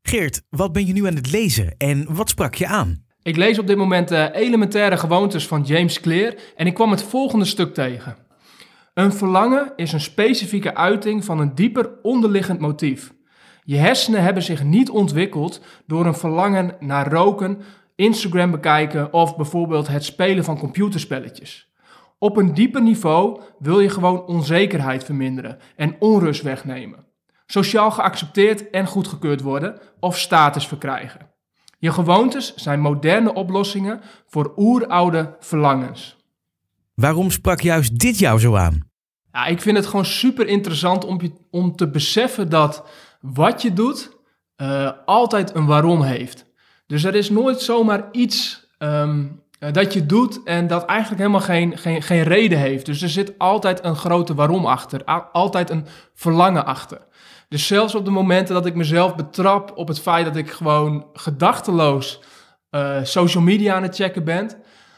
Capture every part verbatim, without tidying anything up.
Geert, wat ben je nu aan het lezen en wat sprak je aan? Ik lees op dit moment de Elementaire Gewoontes van James Clear en ik kwam het volgende stuk tegen. Een verlangen is een specifieke uiting van een dieper onderliggend motief. Je hersenen hebben zich niet ontwikkeld door een verlangen naar roken, Instagram bekijken of bijvoorbeeld het spelen van computerspelletjes. Op een dieper niveau wil je gewoon onzekerheid verminderen en onrust wegnemen. Sociaal geaccepteerd en goedgekeurd worden of status verkrijgen. Je gewoontes zijn moderne oplossingen voor oeroude verlangens. Waarom sprak juist dit jou zo aan? Ja, ik vind het gewoon super interessant om, je, om te beseffen dat wat je doet uh, altijd een waarom heeft. Dus er is nooit zomaar iets um, uh, dat je doet en dat eigenlijk helemaal geen, geen, geen reden heeft. Dus er zit altijd een grote waarom achter, a- altijd een verlangen achter. Dus zelfs op de momenten dat ik mezelf betrap op het feit dat ik gewoon gedachteloos uh, social media aan het checken ben,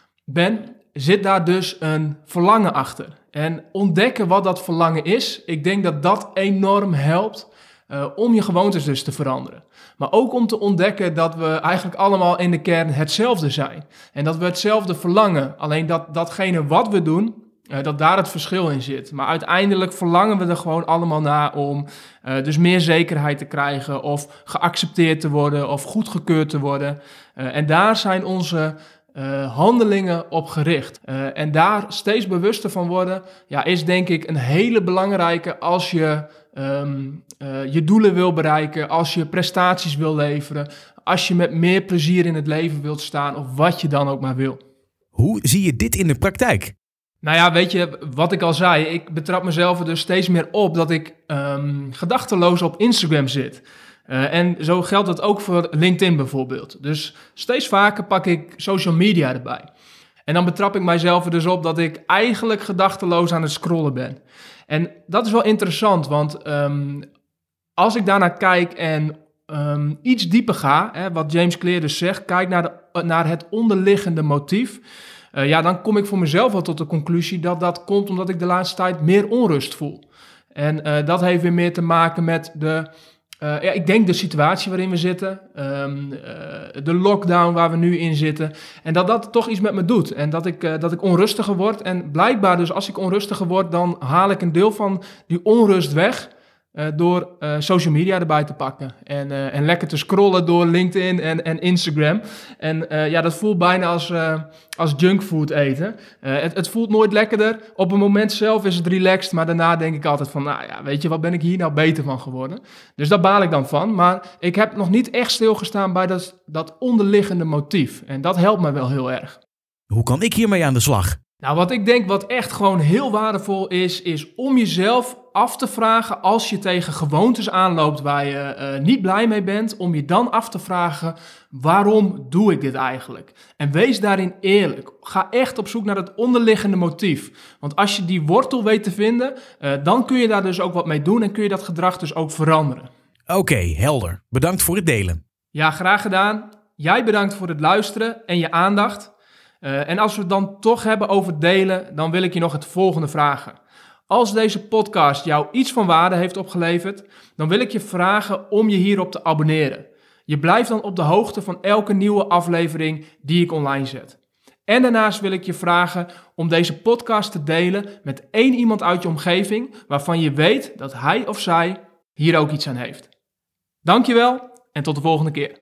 ben, zit daar dus een verlangen achter. En ontdekken wat dat verlangen is, ik denk dat dat enorm helpt uh, om je gewoontes dus te veranderen. Maar ook om te ontdekken dat we eigenlijk allemaal in de kern hetzelfde zijn. En dat we hetzelfde verlangen, alleen dat datgene wat we doen, Uh, dat daar het verschil in zit. Maar uiteindelijk verlangen we er gewoon allemaal naar om uh, dus meer zekerheid te krijgen of geaccepteerd te worden of goedgekeurd te worden. Uh, en daar zijn onze uh, handelingen op gericht. Uh, en daar steeds bewuster van worden, ja, is denk ik een hele belangrijke als je um, uh, je doelen wil bereiken, als je prestaties wil leveren, als je met meer plezier in het leven wilt staan of wat je dan ook maar wil. Hoe zie je dit in de praktijk? Nou ja, weet je, wat ik al zei, ik betrap mezelf er dus steeds meer op dat ik um, gedachteloos op Instagram zit. Uh, en zo geldt dat ook voor LinkedIn bijvoorbeeld. Dus steeds vaker pak ik social media erbij. En dan betrap ik mijzelf er dus op dat ik eigenlijk gedachteloos aan het scrollen ben. En dat is wel interessant, want um, als ik daarnaar kijk en um, iets dieper ga, hè, wat James Clear dus zegt, kijk naar, de, naar het onderliggende motief. Uh, ja, dan kom ik voor mezelf wel tot de conclusie dat dat komt omdat ik de laatste tijd meer onrust voel. En uh, dat heeft weer meer te maken met de, uh, ja, ik denk de situatie waarin we zitten, um, uh, de lockdown waar we nu in zitten. En dat dat toch iets met me doet en dat ik, uh, dat ik onrustiger word. En blijkbaar dus als ik onrustiger word, dan haal ik een deel van die onrust weg. Uh, door uh, social media erbij te pakken en, uh, en lekker te scrollen door LinkedIn en, en Instagram. En uh, ja, dat voelt bijna als, uh, als junkfood eten. Uh, het, het voelt nooit lekkerder. Op het moment zelf is het relaxed, maar daarna denk ik altijd van, nou ja, weet je, wat ben ik hier nou beter van geworden? Dus daar baal ik dan van. Maar ik heb nog niet echt stilgestaan bij dat, dat onderliggende motief. En dat helpt me wel heel erg. Hoe kan ik hiermee aan de slag? Nou, wat ik denk wat echt gewoon heel waardevol is, is om jezelf af te vragen als je tegen gewoontes aanloopt waar je uh, niet blij mee bent, om je dan af te vragen, waarom doe ik dit eigenlijk? En wees daarin eerlijk. Ga echt op zoek naar het onderliggende motief. Want als je die wortel weet te vinden, uh, dan kun je daar dus ook wat mee doen en kun je dat gedrag dus ook veranderen. Oké, okay, helder. Bedankt voor het delen. Ja, graag gedaan. Jij bedankt voor het luisteren en je aandacht. Uh, en als we het dan toch hebben over delen, dan wil ik je nog het volgende vragen. Als deze podcast jou iets van waarde heeft opgeleverd, dan wil ik je vragen om je hierop te abonneren. Je blijft dan op de hoogte van elke nieuwe aflevering die ik online zet. En daarnaast wil ik je vragen om deze podcast te delen met één iemand uit je omgeving waarvan je weet dat hij of zij hier ook iets aan heeft. Dankjewel en tot de volgende keer.